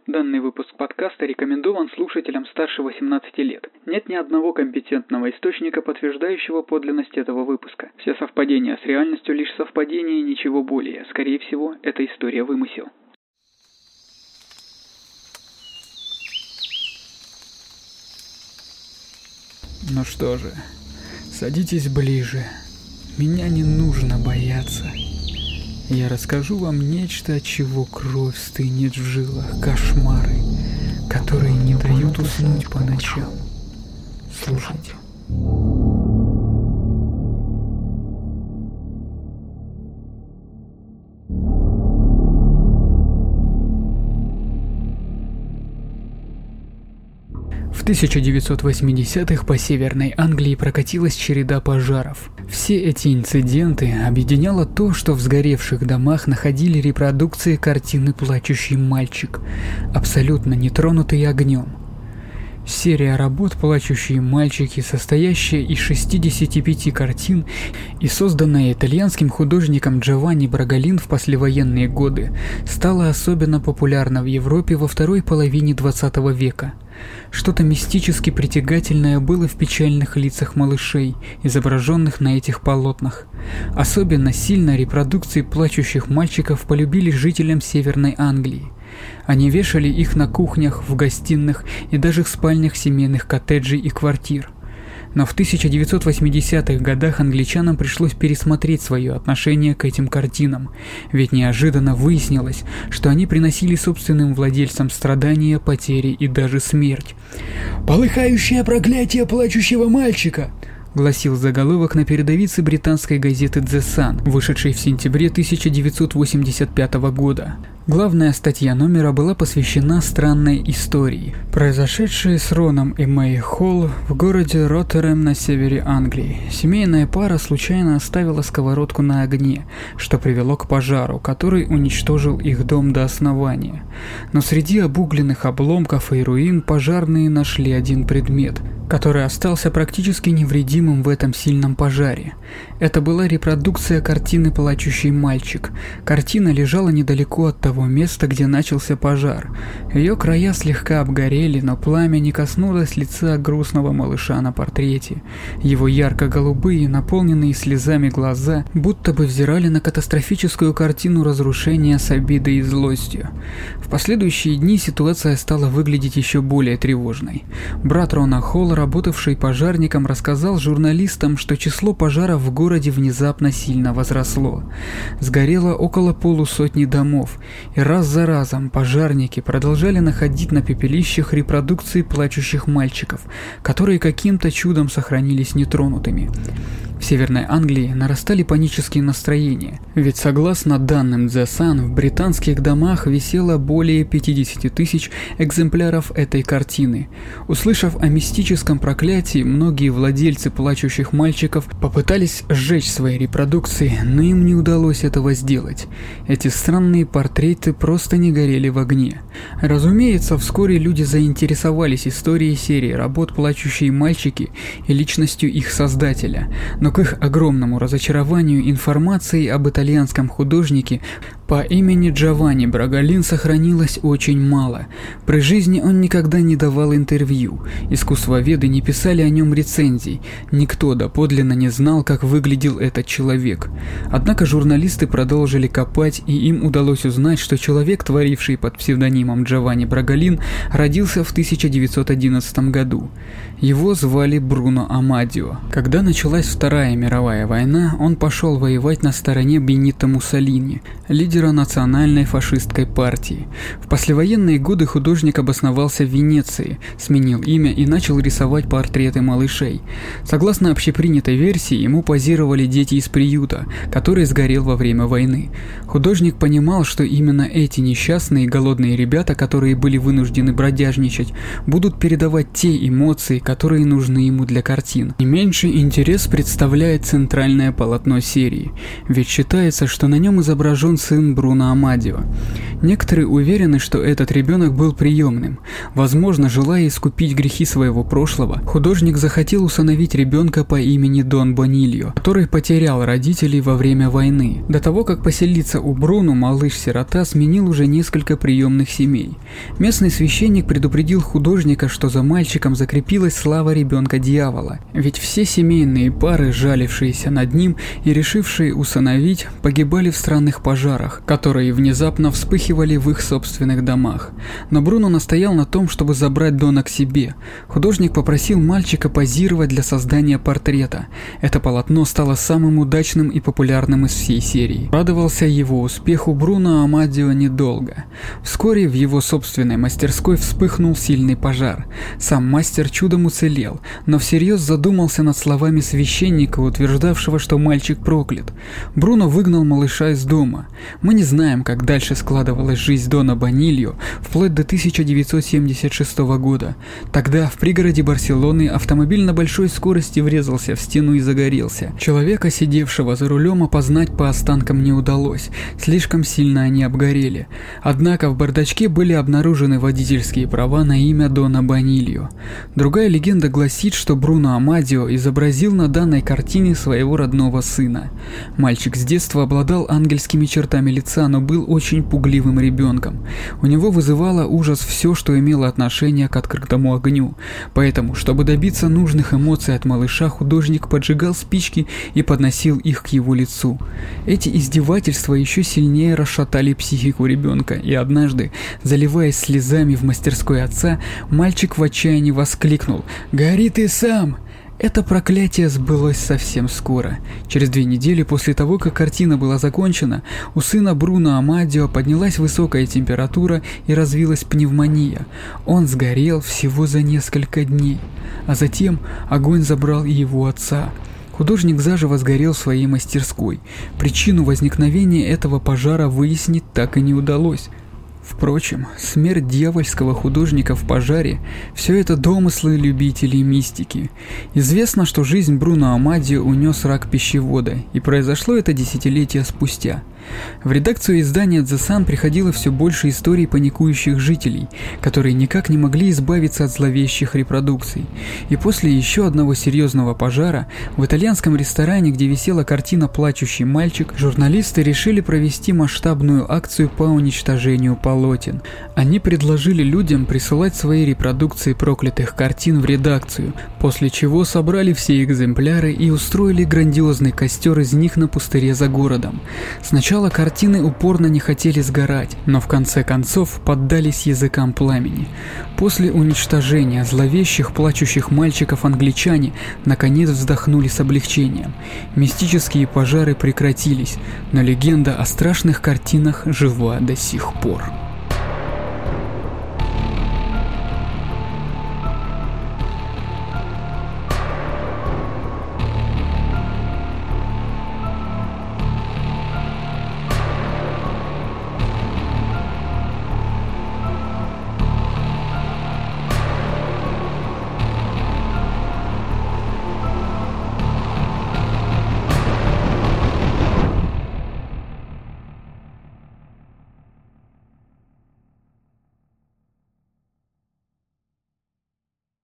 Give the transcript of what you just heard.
Данный выпуск подкаста рекомендован слушателям старше 18 лет. Нет ни одного компетентного источника, подтверждающего подлинность этого выпуска. Все совпадения с реальностью лишь совпадения, ничего более. Скорее всего, эта история вымысел. Ну что же, садитесь ближе. Меня не нужно бояться. Я расскажу вам нечто, от чего кровь стынет в жилах, кошмары, которые не дают уснуть по ночам. Слушайте. В 1980-х по Северной Англии прокатилась череда пожаров. Все эти инциденты объединяло то, что в сгоревших домах находили репродукции картины «Плачущий мальчик», абсолютно нетронутые огнем. Серия работ «Плачущие мальчики», состоящая из 65 картин и созданная итальянским художником Джованни Брагалин в послевоенные годы, стала особенно популярна в Европе во второй половине 20 века. Что-то мистически притягательное было в печальных лицах малышей, изображенных на этих полотнах. Особенно сильно репродукции плачущих мальчиков полюбили жителям Северной Англии. Они вешали их на кухнях, в гостиных и даже в спальнях семейных коттеджей и квартир. Но в 1980-х годах англичанам пришлось пересмотреть свое отношение к этим картинам, ведь неожиданно выяснилось, что они приносили собственным владельцам страдания, потери и даже смерть. «Полыхающее проклятие плачущего мальчика!» гласил заголовок на передовице британской газеты The Sun, вышедшей в сентябре 1985 года. Главная статья номера была посвящена странной истории, произошедшей с Роном и Мэй Холл в городе Роттерэм на севере Англии. Семейная пара случайно оставила сковородку на огне, что привело к пожару, который уничтожил их дом до основания. Но среди обугленных обломков и руин пожарные нашли один предмет, который остался практически невредимым в этом сильном пожаре. Это была репродукция картины «Плачущий мальчик». Картина лежала недалеко от того места, где начался пожар. Ее края слегка обгорели, но пламя не коснулось лица грустного малыша на портрете. Его ярко-голубые, наполненные слезами глаза, будто бы взирали на катастрофическую картину разрушения с обидой и злостью. В последующие дни ситуация стала выглядеть еще более тревожной. Брат Рона Холла, работавший пожарником, рассказал журналистам, что число пожаров в городе внезапно сильно возросло. Сгорело около полусотни домов, и раз за разом пожарники продолжали находить на пепелищах репродукции плачущих мальчиков, которые каким-то чудом сохранились нетронутыми. В Северной Англии нарастали панические настроения, ведь согласно данным The Sun, в британских домах висело более 50 тысяч экземпляров этой картины. Услышав о мистическом проклятии, многие владельцы плачущих мальчиков попытались сжечь свои репродукции, но им не удалось этого сделать. Эти странные портреты просто не горели в огне. Разумеется, вскоре люди заинтересовались историей серии работ «Плачущие мальчики» и личностью их создателя, но к их огромному разочарованию информации об итальянском художнике по имени Джованни Брагалин сохранилось очень мало. При жизни он никогда не давал интервью, искусствоведы не писали о нем рецензий, никто доподлинно не знал, как выглядел этот человек. Однако журналисты продолжили копать, и им удалось узнать, что человек, творивший под псевдонимом Джованни Брагалин, родился в 1911 году. Его звали Бруно Амадио. Когда началась Вторая мировая война, он пошел воевать на стороне Бенито Муссолини, лидера национальной фашистской партии. В послевоенные годы художник обосновался в Венеции, сменил имя и начал рисовать портреты малышей. Согласно общепринятой версии, ему позировали дети из приюта, который сгорел во время войны. Художник понимал, что именно эти несчастные голодные ребята, которые были вынуждены бродяжничать, будут передавать те эмоции, которые нужны ему для картин. Не меньший интерес представляет центральное полотно серии, ведь считается, что на нем изображен сын сын Бруно Амадио. Некоторые уверены, что этот ребенок был приемным. Возможно, желая искупить грехи своего прошлого, художник захотел усыновить ребенка по имени Дон Бонильо, который потерял родителей во время войны. До того, как поселиться у Бруно, малыш-сирота сменил уже несколько приемных семей. Местный священник предупредил художника, что за мальчиком закрепилась слава ребенка-дьявола, ведь все семейные пары, жалившиеся над ним и решившие усыновить, погибали в странных пожарах, которые внезапно вспыхивали в их собственных домах. Но Бруно настоял на том, чтобы забрать Дона к себе. Художник попросил мальчика позировать для создания портрета. Это полотно стало самым удачным и популярным из всей серии. Радовался его успеху Бруно Амадио недолго. Вскоре в его собственной мастерской вспыхнул сильный пожар. Сам мастер чудом уцелел, но всерьез задумался над словами священника, утверждавшего, что мальчик проклят. Бруно выгнал малыша из дома. Мы не знаем, как дальше складывалась жизнь Дона Бонильо вплоть до 1976 года. Тогда в пригороде Барселоны автомобиль на большой скорости врезался в стену и загорелся. Человека, сидевшего за рулем, опознать по останкам не удалось, слишком сильно они обгорели. Однако в бардачке были обнаружены водительские права на имя Дона Бонильо. Другая легенда гласит, что Бруно Амадио изобразил на данной картине своего родного сына. Мальчик с детства обладал ангельскими чертами лица, но был очень пугливым ребенком. У него вызывало ужас все, что имело отношение к открытому огню. Поэтому, чтобы добиться нужных эмоций от малыша, художник поджигал спички и подносил их к его лицу. Эти издевательства еще сильнее расшатали психику ребенка, и однажды, заливаясь слезами в мастерской отца, мальчик в отчаянии воскликнул: «Гори ты сам!» Это проклятие сбылось совсем скоро. Через 2 недели после того, как картина была закончена, у сына Бруно Амадио поднялась высокая температура и развилась пневмония. Он сгорел всего за несколько дней, а затем огонь забрал и его отца. Художник заживо сгорел в своей мастерской. Причину возникновения этого пожара выяснить так и не удалось. Впрочем, смерть дьявольского художника в пожаре – все это домыслы любителей мистики. Известно, что жизнь Бруно Амадио унес рак пищевода, и произошло это десятилетия спустя. В редакцию издания The Sun приходило все больше историй паникующих жителей, которые никак не могли избавиться от зловещих репродукций. И после еще одного серьезного пожара в итальянском ресторане, где висела картина «Плачущий мальчик», журналисты решили провести масштабную акцию по уничтожению полотен. Они предложили людям присылать свои репродукции проклятых картин в редакцию, после чего собрали все экземпляры и устроили грандиозный костер из них на пустыре за городом. Сначала картины упорно не хотели сгорать, но в конце концов поддались языкам пламени. После уничтожения зловещих плачущих мальчиков англичане наконец вздохнули с облегчением. Мистические пожары прекратились, но легенда о страшных картинах жива до сих пор.